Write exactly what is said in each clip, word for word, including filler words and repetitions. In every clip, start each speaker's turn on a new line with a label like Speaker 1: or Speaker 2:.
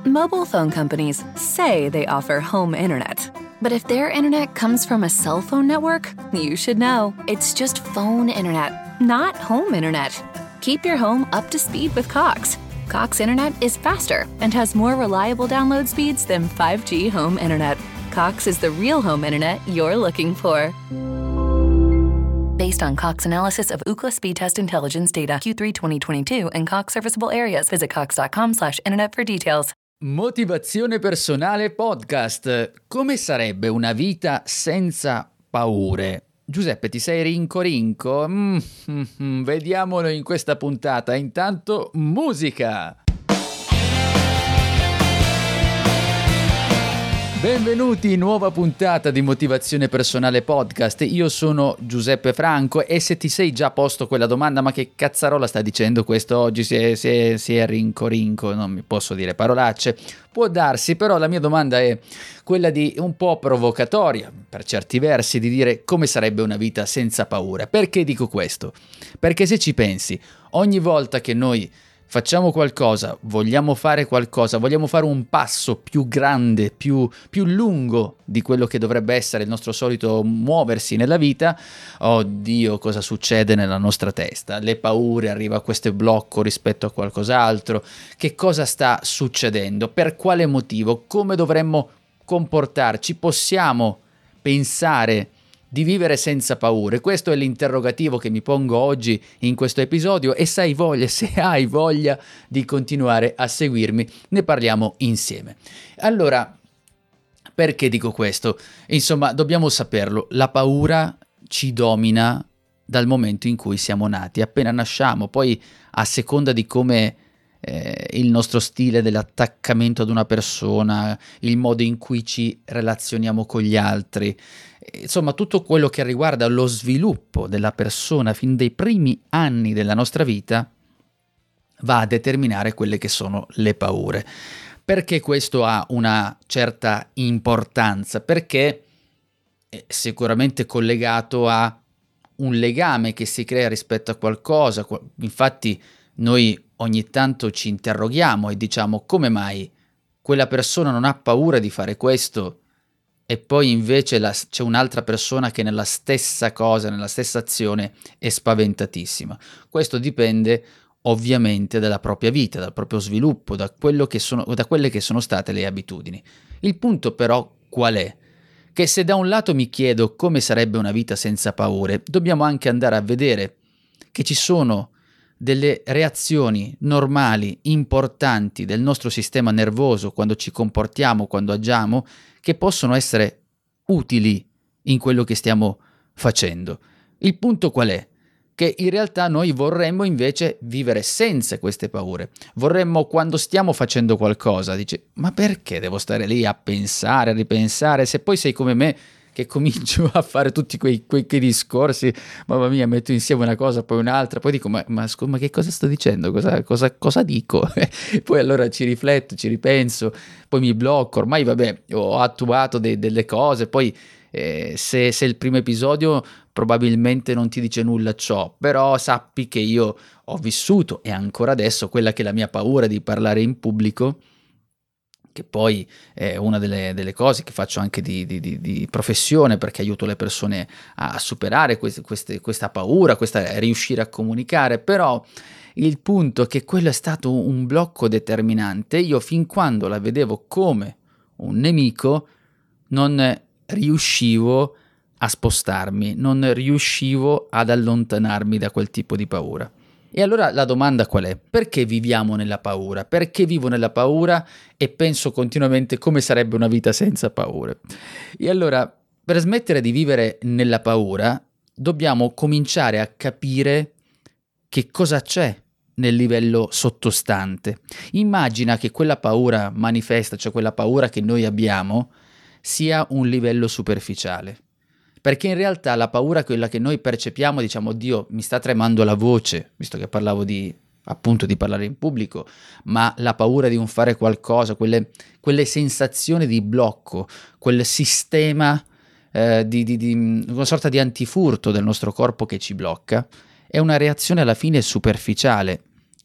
Speaker 1: Mobile phone companies say they offer home internet. But if their internet comes from a cell phone network, you should know. It's just phone internet, not home internet. Keep your home up to speed with Cox. Cox Internet is faster and has more reliable download speeds than five G home internet. Cox is the real home internet you're looking for. Based on Cox analysis of Ookla speed test intelligence data Q three twenty twenty-two and Cox serviceable areas. Visit cox.com slash internet for details.
Speaker 2: Motivazione personale podcast. Come sarebbe una vita senza paure? Giuseppe, ti sei rincorinco? Mm, mm, mm, vediamolo in questa puntata. Intanto, musica! Benvenuti in nuova puntata di Motivazione Personale Podcast. Io sono Giuseppe Franco e se ti sei già posto quella domanda, ma che cazzarola sta dicendo questo oggi, si è, si è, si è rincorinco, non mi posso dire parolacce, può darsi, però la mia domanda è quella di un po' provocatoria, per certi versi, di dire come sarebbe una vita senza paura. Perché dico questo? Perché se ci pensi, ogni volta che noi facciamo qualcosa, vogliamo fare qualcosa, vogliamo fare un passo più grande, più, più lungo di quello che dovrebbe essere il nostro solito muoversi nella vita, oddio, cosa succede nella nostra testa? Le paure, arriva questo blocco rispetto a qualcos'altro, che cosa sta succedendo? Per quale motivo? Come dovremmo comportarci? Possiamo pensare di vivere senza paure? Questo è l'interrogativo che mi pongo oggi in questo episodio e se hai voglia, se hai voglia di continuare a seguirmi, ne parliamo insieme. Allora, perché dico questo? Insomma, dobbiamo saperlo, la paura ci domina dal momento in cui siamo nati, appena nasciamo, poi a seconda di come eh, il nostro stile dell'attaccamento ad una persona, il modo in cui ci relazioniamo con gli altri, insomma tutto quello che riguarda lo sviluppo della persona fin dai primi anni della nostra vita va a determinare quelle che sono le paure. Perché questo ha una certa importanza? Perché è sicuramente collegato a un legame che si crea rispetto a qualcosa. Infatti noi ogni tanto ci interroghiamo e diciamo: come mai quella persona non ha paura di fare questo e poi invece la, c'è un'altra persona che nella stessa cosa, nella stessa azione è spaventatissima? Questo dipende ovviamente dalla propria vita, dal proprio sviluppo, da quello che sono, da quelle che sono state le abitudini. Il punto però qual è? Che se da un lato mi chiedo come sarebbe una vita senza paure, dobbiamo anche andare a vedere che ci sono delle reazioni normali, importanti del nostro sistema nervoso quando ci comportiamo, quando agiamo, che possono essere utili in quello che stiamo facendo. Il punto qual è? Che in realtà noi vorremmo invece vivere senza queste paure. Vorremmo, quando stiamo facendo qualcosa, dice: ma perché devo stare lì a pensare, a ripensare, se poi sei come me che comincio a fare tutti quei, quei, quei discorsi, mamma mia, metto insieme una cosa poi un'altra, poi dico ma, ma, ma che cosa sto dicendo, cosa, cosa, cosa dico? Poi allora ci rifletto, ci ripenso, poi mi blocco, ormai vabbè, ho attuato de, delle cose, poi eh, se, se il primo episodio probabilmente non ti dice nulla ciò, però sappi che io ho vissuto e ancora adesso quella che è la mia paura di parlare in pubblico, che poi è una delle, delle cose che faccio anche di, di, di, di professione, perché aiuto le persone a superare queste, queste, questa paura, questa riuscire a comunicare. Però il punto è che quello è stato un blocco determinante. Io fin quando la vedevo come un nemico non riuscivo a spostarmi, non riuscivo ad allontanarmi da quel tipo di paura. E allora la domanda qual è? Perché viviamo nella paura? Perché vivo nella paura e penso continuamente come sarebbe una vita senza paure? E allora, per smettere di vivere nella paura, dobbiamo cominciare a capire che cosa c'è nel livello sottostante. Immagina che quella paura manifesta, cioè quella paura che noi abbiamo, sia un livello superficiale. Perché in realtà la paura, quella che noi percepiamo, diciamo: Dio, mi sta tremando la voce, visto che parlavo di, appunto, di parlare in pubblico, ma la paura di non fare qualcosa, quelle, quelle sensazioni di blocco, quel sistema eh, di, di, di una sorta di antifurto del nostro corpo che ci blocca, è una reazione alla fine superficiale.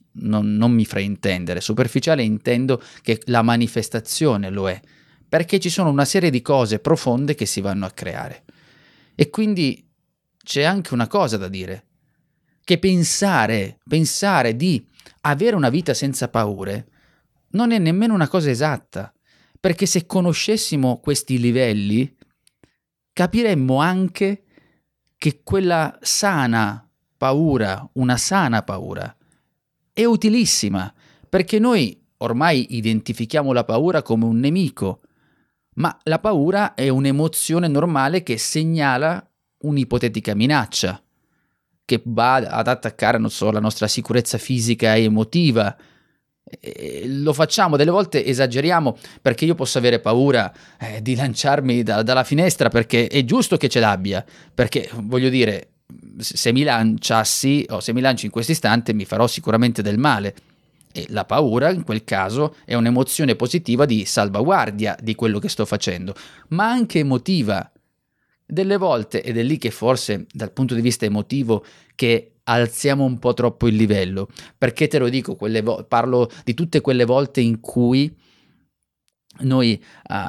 Speaker 2: non, non mi fraintendere, superficiale intendo che la manifestazione lo è, perché ci sono una serie di cose profonde che si vanno a creare. E quindi c'è anche una cosa da dire, che pensare, pensare di avere una vita senza paure non è nemmeno una cosa esatta, perché se conoscessimo questi livelli capiremmo anche che quella sana paura, una sana paura, è utilissima, perché noi ormai identifichiamo la paura come un nemico, ma la paura è un'emozione normale che segnala un'ipotetica minaccia, che va ad attaccare, non so, la nostra sicurezza fisica e emotiva. E lo facciamo, delle volte esageriamo, perché io posso avere paura eh, di lanciarmi da, dalla finestra, perché è giusto che ce l'abbia, perché voglio dire, se mi lanciassi o se mi lancio in questo istante mi farò sicuramente del male, e la paura in quel caso è un'emozione positiva di salvaguardia di quello che sto facendo, ma anche emotiva. Delle volte, ed è lì che forse dal punto di vista emotivo che alziamo un po' troppo il livello, perché te lo dico, quelle vo- parlo di tutte quelle volte in cui noi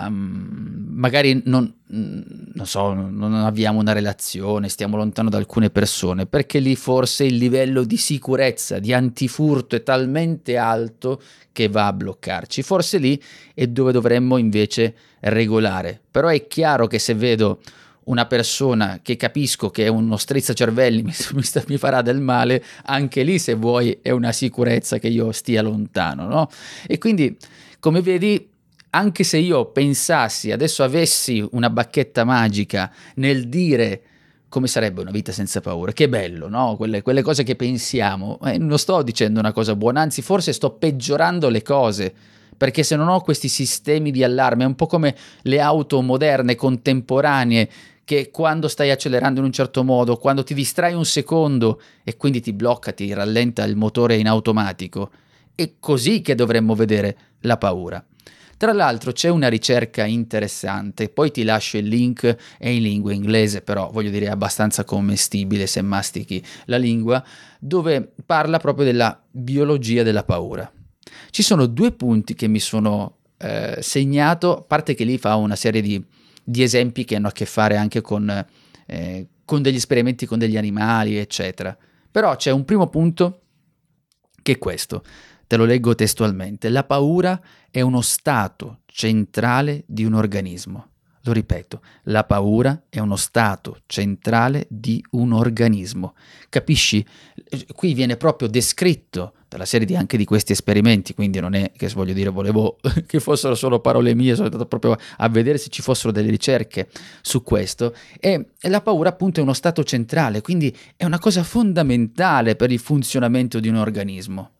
Speaker 2: um, magari non, non so, non abbiamo una relazione, stiamo lontano da alcune persone, perché lì forse il livello di sicurezza, di antifurto è talmente alto che va a bloccarci. Forse lì è dove dovremmo invece regolare. Però è chiaro che se vedo una persona che capisco che è uno strizzacervelli, mi, mi, sta, mi farà del male, anche lì, se vuoi, è una sicurezza che io stia lontano, no? E quindi, come vedi, anche se io pensassi, adesso avessi una bacchetta magica nel dire come sarebbe una vita senza paura, che bello, no? Quelle, quelle cose che pensiamo, eh, non sto dicendo una cosa buona, anzi forse sto peggiorando le cose, perché se non ho questi sistemi di allarme, è un po' come le auto moderne, contemporanee, che quando stai accelerando in un certo modo, quando ti distrai un secondo e quindi ti blocca, ti rallenta il motore in automatico, è così che dovremmo vedere la paura. Tra l'altro c'è una ricerca interessante, poi ti lascio il link, è in lingua inglese, però voglio dire è abbastanza commestibile se mastichi la lingua, dove parla proprio della biologia della paura. Ci sono due punti che mi sono eh, segnato, a parte che lì fa una serie di, di esempi che hanno a che fare anche con, eh, con degli esperimenti con degli animali, eccetera. Però c'è un primo punto che è questo. Te lo leggo testualmente. La paura è uno stato centrale di un organismo. Lo ripeto, la paura è uno stato centrale di un organismo. Capisci? Qui viene proprio descritto dalla serie di, anche di questi esperimenti, quindi non è che voglio dire, volevo che fossero solo parole mie, sono andato proprio a vedere se ci fossero delle ricerche su questo. E la paura appunto è uno stato centrale, quindi è una cosa fondamentale per il funzionamento di un organismo.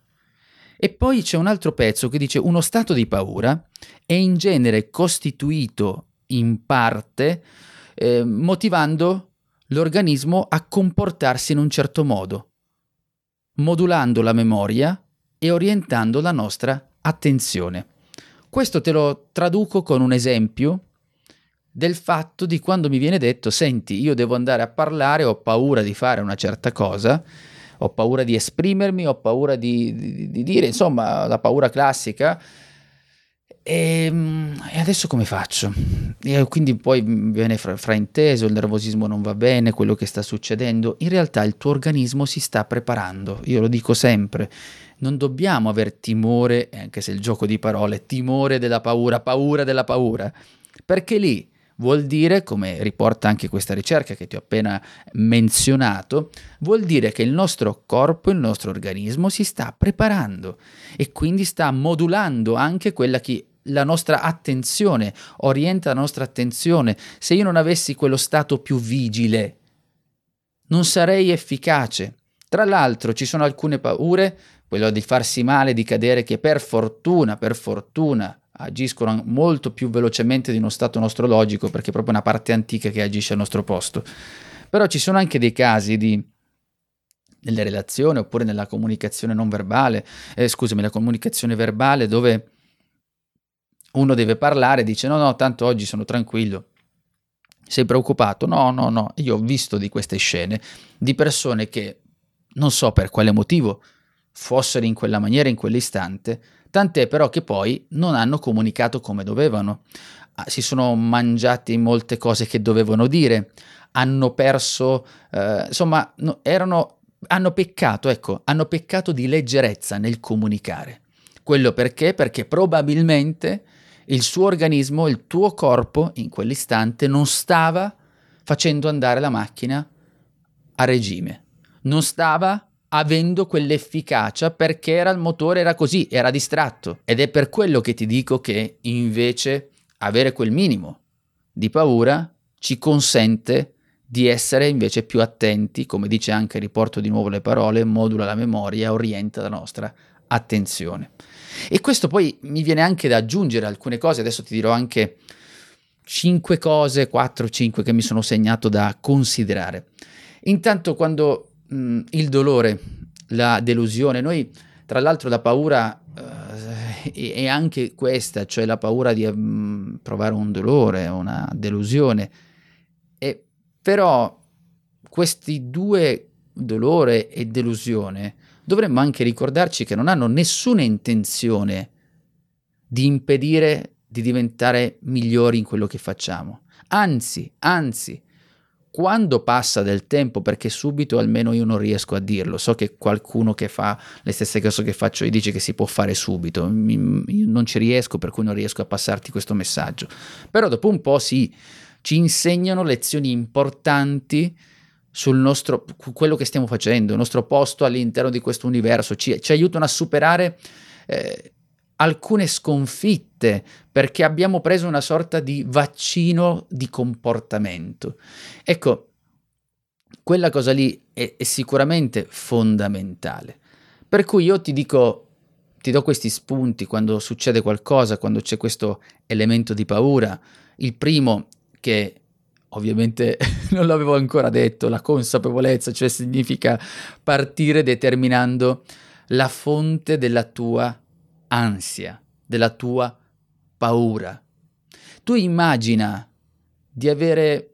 Speaker 2: E poi c'è un altro pezzo che dice: uno stato di paura è in genere costituito in parte eh, motivando l'organismo a comportarsi in un certo modo, modulando la memoria e orientando la nostra attenzione. Questo te lo traduco con un esempio del fatto di quando mi viene detto: senti, io devo andare a parlare, ho paura di fare una certa cosa, ho paura di esprimermi, ho paura di, di, di dire, insomma, la paura classica. E, e adesso come faccio? E quindi poi viene fra, frainteso, il nervosismo non va bene, quello che sta succedendo. In realtà il tuo organismo si sta preparando, io lo dico sempre, non dobbiamo aver timore, anche se il gioco di parole, timore della paura, paura della paura, perché lì vuol dire, come riporta anche questa ricerca che ti ho appena menzionato, vuol dire che il nostro corpo, il nostro organismo si sta preparando e quindi sta modulando anche quella che la nostra attenzione, orienta la nostra attenzione. Se io non avessi quello stato più vigile, non sarei efficace. Tra l'altro ci sono alcune paure, quello di farsi male, di cadere, che per fortuna, per fortuna agiscono molto più velocemente di uno stato nostro logico, perché è proprio una parte antica che agisce al nostro posto. Però ci sono anche dei casi di nelle relazioni oppure nella comunicazione non verbale, eh, scusami, la comunicazione verbale, dove uno deve parlare, dice no no, tanto oggi sono tranquillo. Sei preoccupato? No no no, io ho visto di queste scene di persone che non so per quale motivo fossero in quella maniera in quell'istante, tant'è però che poi non hanno comunicato come dovevano, ah, si sono mangiati molte cose che dovevano dire, hanno perso, eh, insomma, no, erano, hanno peccato, ecco, hanno peccato di leggerezza nel comunicare. Quello perché? Perché probabilmente il suo organismo, il tuo corpo in quell'istante non stava facendo andare la macchina a regime, non stava avendo quell'efficacia perché era il motore, era così, era distratto. Ed è per quello che ti dico che invece avere quel minimo di paura ci consente di essere invece più attenti, come dice anche, riporto di nuovo le parole, modula la memoria, orienta la nostra attenzione. E questo poi mi viene anche da aggiungere alcune cose, adesso ti dirò anche cinque cose, quattro cinque che mi sono segnato da considerare. Intanto quando mh, il dolore, la delusione, noi tra l'altro la paura uh, è, è anche questa, cioè la paura di mh, provare un dolore, una delusione, e però questi due, dolore e delusione, dovremmo anche ricordarci che non hanno nessuna intenzione di impedire di diventare migliori in quello che facciamo. Anzi, anzi, quando passa del tempo, perché subito almeno io non riesco a dirlo, so che qualcuno che fa le stesse cose che faccio io dice che si può fare subito, io non ci riesco, per cui non riesco a passarti questo messaggio, però dopo un po' sì, ci insegnano lezioni importanti sul nostro, quello che stiamo facendo, il nostro posto all'interno di questo universo, ci, ci aiutano a superare eh, alcune sconfitte, perché abbiamo preso una sorta di vaccino di comportamento. Ecco, quella cosa lì è, è sicuramente fondamentale. Per cui io ti dico, ti do questi spunti quando succede qualcosa, quando c'è questo elemento di paura. Il primo, che ovviamente non l'avevo ancora detto, la consapevolezza, cioè significa partire determinando la fonte della tua ansia, della tua paura. Tu immagina di avere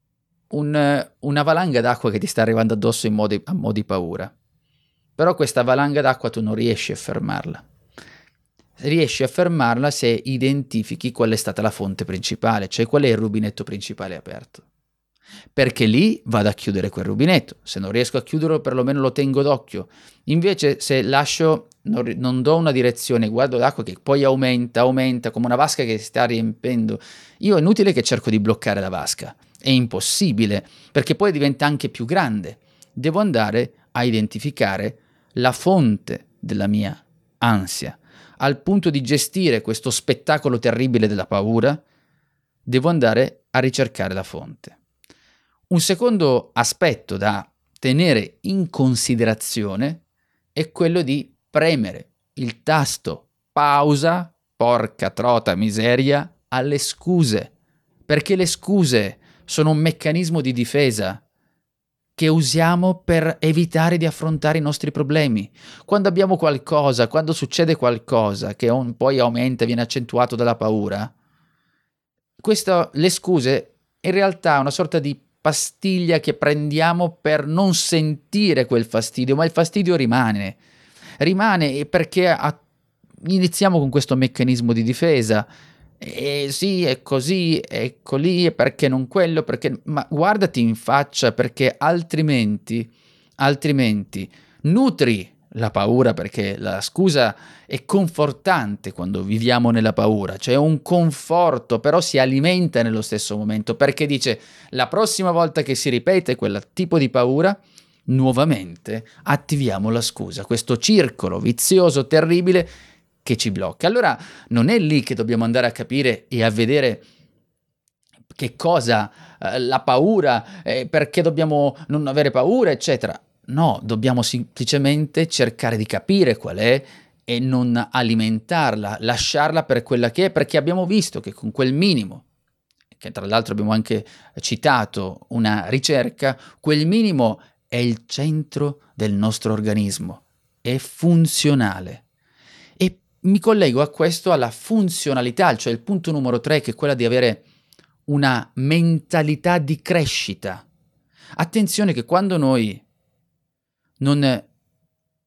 Speaker 2: un, una valanga d'acqua che ti sta arrivando addosso in modi, a mo' di paura, però questa valanga d'acqua tu non riesci a fermarla. Riesci a fermarla se identifichi qual è stata la fonte principale, cioè qual è il rubinetto principale aperto. Perché lì vado a chiudere quel rubinetto, se non riesco a chiuderlo perlomeno lo tengo d'occhio. Invece se lascio, non, non do una direzione, guardo l'acqua che poi aumenta, aumenta come una vasca che si sta riempendo, io è inutile che cerco di bloccare la vasca, è impossibile, perché poi diventa anche più grande. Devo andare a identificare la fonte della mia ansia. Al punto di gestire questo spettacolo terribile della paura, devo andare a ricercare la fonte. Un secondo aspetto da tenere in considerazione è quello di premere il tasto pausa, porca trota miseria, alle scuse, perché le scuse sono un meccanismo di difesa che usiamo per evitare di affrontare i nostri problemi. Quando abbiamo qualcosa, quando succede qualcosa che un, poi aumenta, viene accentuato dalla paura, questo, le scuse in realtà è una sorta di pastiglia che prendiamo per non sentire quel fastidio, ma il fastidio rimane. Rimane perché a, iniziamo con questo meccanismo di difesa. E sì, è così, ecco lì, perché non quello, perché... Ma guardati in faccia, perché altrimenti, altrimenti nutri la paura, perché la scusa è confortante quando viviamo nella paura, cioè è un conforto, però si alimenta nello stesso momento, perché dice la prossima volta che si ripete quel tipo di paura, nuovamente attiviamo la scusa, questo circolo vizioso terribile che ci blocca. Allora non è lì che dobbiamo andare a capire e a vedere che cosa, eh, la paura, eh, perché dobbiamo non avere paura, eccetera. No, dobbiamo semplicemente cercare di capire qual è e non alimentarla, lasciarla per quella che è, perché abbiamo visto che con quel minimo, che tra l'altro abbiamo anche citato una ricerca, quel minimo è il centro del nostro organismo, è funzionale. E mi collego a questo, alla funzionalità, cioè il punto numero tre, che è quella di avere una mentalità di crescita. Attenzione che quando noi non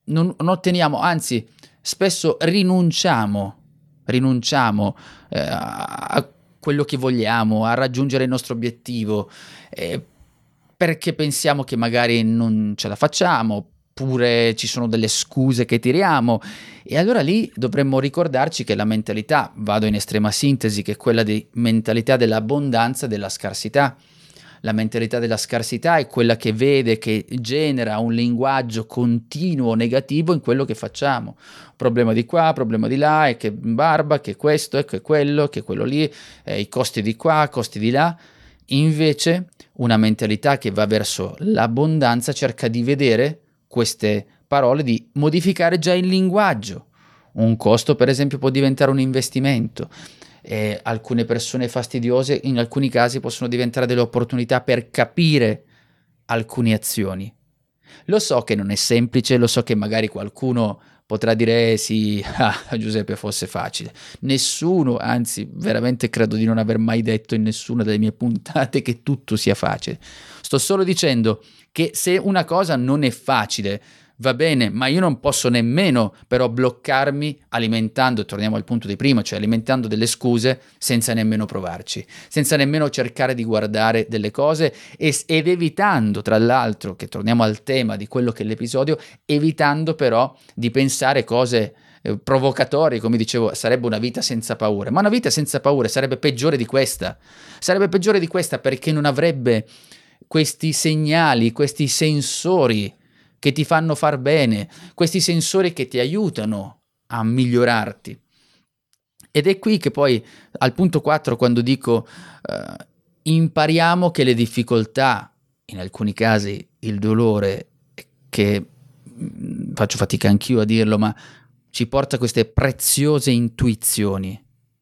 Speaker 2: non, non otteniamo, anzi spesso rinunciamo, rinunciamo eh, a quello che vogliamo, a raggiungere il nostro obiettivo, eh, perché pensiamo che magari non ce la facciamo, oppure ci sono delle scuse che tiriamo, e allora lì dovremmo ricordarci che la mentalità, vado in estrema sintesi, che è quella di mentalità dell'abbondanza e della scarsità. La mentalità della scarsità è quella che vede, che genera un linguaggio continuo negativo in quello che facciamo. Problema di qua, problema di là, e che barba, che questo, e che quello, che quello lì, eh, i costi di qua, costi di là. Invece una mentalità che va verso l'abbondanza cerca di vedere queste parole, di modificare già il linguaggio. Un costo, per esempio, può diventare un investimento. E alcune persone fastidiose in alcuni casi possono diventare delle opportunità per capire alcune azioni. Lo so che non è semplice, lo so che magari qualcuno potrà dire eh, sì, ah, Giuseppe, fosse facile. Nessuno, anzi veramente credo di non aver mai detto in nessuna delle mie puntate che tutto sia facile. Sto solo dicendo che se una cosa non è facile, va bene, ma io non posso nemmeno però bloccarmi alimentando, torniamo al punto di prima, cioè alimentando delle scuse senza nemmeno provarci, senza nemmeno cercare di guardare delle cose e, ed evitando, tra l'altro, che torniamo al tema di quello che è l'episodio, evitando però di pensare cose eh, provocatorie, come dicevo, sarebbe una vita senza paure, ma una vita senza paure sarebbe peggiore di questa, sarebbe peggiore di questa perché non avrebbe questi segnali, questi sensori che ti fanno far bene, questi sensori che ti aiutano a migliorarti. Ed è qui che poi al punto quattro, quando dico eh, impariamo che le difficoltà, in alcuni casi il dolore, che mh, faccio fatica anch'io a dirlo, ma ci porta a queste preziose intuizioni.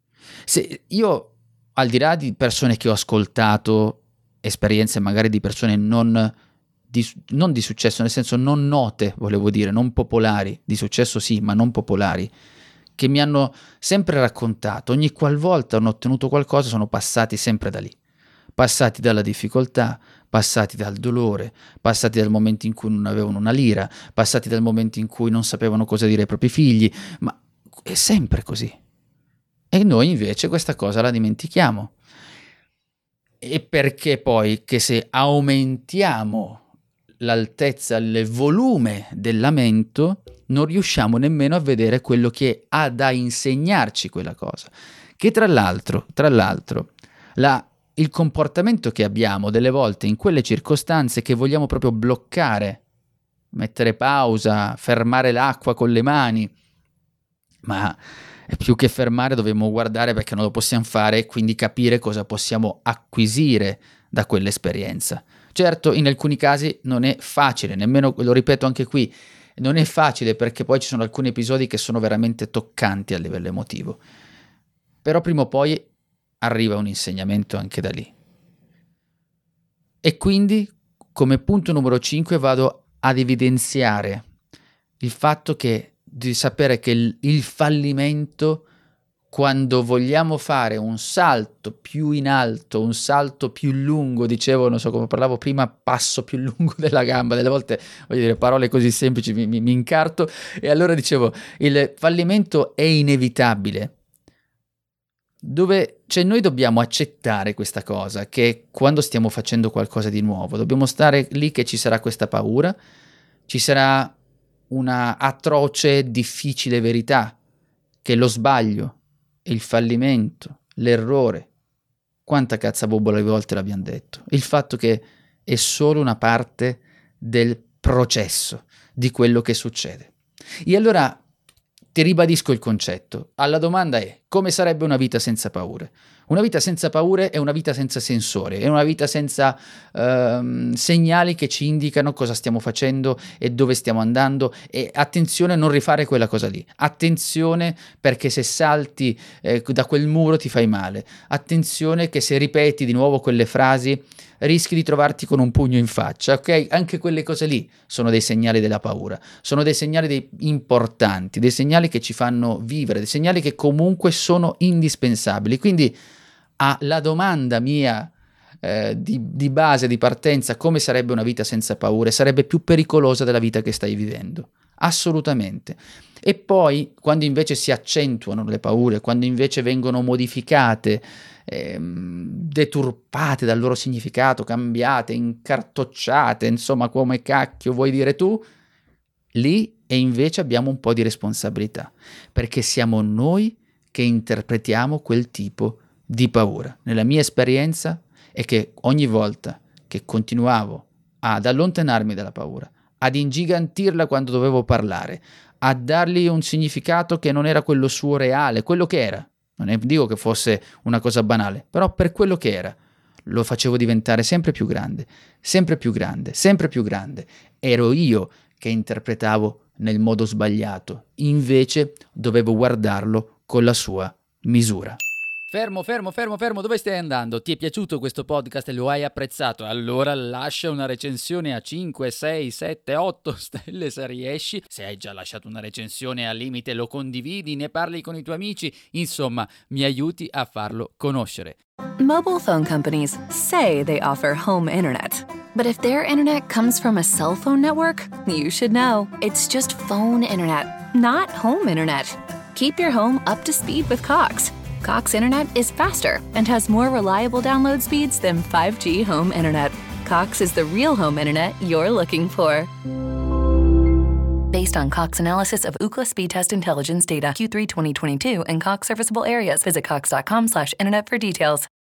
Speaker 2: Se io, al di là di persone che ho ascoltato, esperienze magari di persone non Di, non di successo, nel senso non note, volevo dire, non popolari, di successo sì, ma non popolari, che mi hanno sempre raccontato, ogni qualvolta hanno ottenuto qualcosa sono passati sempre da lì, passati dalla difficoltà, passati dal dolore, passati dal momento in cui non avevano una lira, passati dal momento in cui non sapevano cosa dire ai propri figli, ma è sempre così. E noi invece questa cosa la dimentichiamo. E perché poi che se aumentiamo l'altezza, il volume del lamento, non riusciamo nemmeno a vedere quello che ha da insegnarci quella cosa. Che tra l'altro, tra l'altro, la, il comportamento che abbiamo delle volte in quelle circostanze che vogliamo proprio bloccare, mettere pausa, fermare l'acqua con le mani, ma più che fermare dobbiamo guardare perché non lo possiamo fare e quindi capire cosa possiamo acquisire da quell'esperienza. Certo, in alcuni casi non è facile, nemmeno, lo ripeto anche qui, non è facile perché poi ci sono alcuni episodi che sono veramente toccanti a livello emotivo. Però prima o poi arriva un insegnamento anche da lì. E quindi, come punto numero cinque, vado ad evidenziare il fatto che di sapere che il, il fallimento, quando vogliamo fare un salto più in alto, un salto più lungo, dicevo, non so come parlavo prima, passo più lungo della gamba, delle volte voglio dire parole così semplici mi, mi, mi incarto, e allora dicevo il fallimento è inevitabile, dove cioè noi dobbiamo accettare questa cosa, che quando stiamo facendo qualcosa di nuovo dobbiamo stare lì che ci sarà questa paura, ci sarà una atroce, difficile verità, che lo sbaglio, il fallimento, l'errore, quanta cazzabobola alle volte l'abbiamo detto, il fatto che è solo una parte del processo di quello che succede. E allora ti ribadisco il concetto. Alla domanda è: come sarebbe una vita senza paure? Una vita senza paure è una vita senza sensori, è una vita senza ehm, segnali che ci indicano cosa stiamo facendo e dove stiamo andando. E attenzione a non rifare quella cosa lì. Attenzione perché se salti eh, da quel muro ti fai male. Attenzione che se ripeti di nuovo quelle frasi rischi di trovarti con un pugno in faccia, ok? Anche quelle cose lì sono dei segnali della paura, sono dei segnali dei importanti, dei segnali che ci fanno vivere, dei segnali che comunque sono indispensabili. Quindi alla domanda mia eh, di, di base, di partenza, come sarebbe una vita senza paure, sarebbe più pericolosa della vita che stai vivendo. assolutamente. E poi, quando invece si accentuano le paure, quando invece vengono modificate, ehm, deturpate dal loro significato, cambiate, incartocciate, insomma, come cacchio vuoi dire tu, lì e invece abbiamo un po' di responsabilità, perché siamo noi che interpretiamo quel tipo di paura. Nella mia esperienza è che ogni volta che continuavo ad allontanarmi dalla paura, ad ingigantirla quando dovevo parlare, a dargli un significato che non era quello suo reale, quello che era. Non è, dico che fosse una cosa banale, però per quello che era, lo facevo diventare sempre più grande, sempre più grande, sempre più grande. Ero io che interpretavo nel modo sbagliato, invece dovevo guardarlo con la sua misura. Fermo, fermo, fermo, fermo, dove stai andando? Ti è piaciuto questo podcast e lo hai apprezzato? Allora lascia una recensione a cinque, sei, sette, otto stelle se riesci. Se hai già lasciato una recensione al limite lo condividi, ne parli con i tuoi amici, insomma mi aiuti a farlo conoscere.
Speaker 1: Mobile phone companies say they offer home internet. But if their internet comes from a cell phone network, you should know. It's just phone internet, not home internet. Keep your home up to speed with Cox. Cox Internet is faster and has more reliable download speeds than five G home internet. Cox is the real home internet you're looking for. Based on Cox analysis of Ookla speed test intelligence data Q three twenty twenty-two and Cox serviceable areas, visit cox dot com slash internet for details.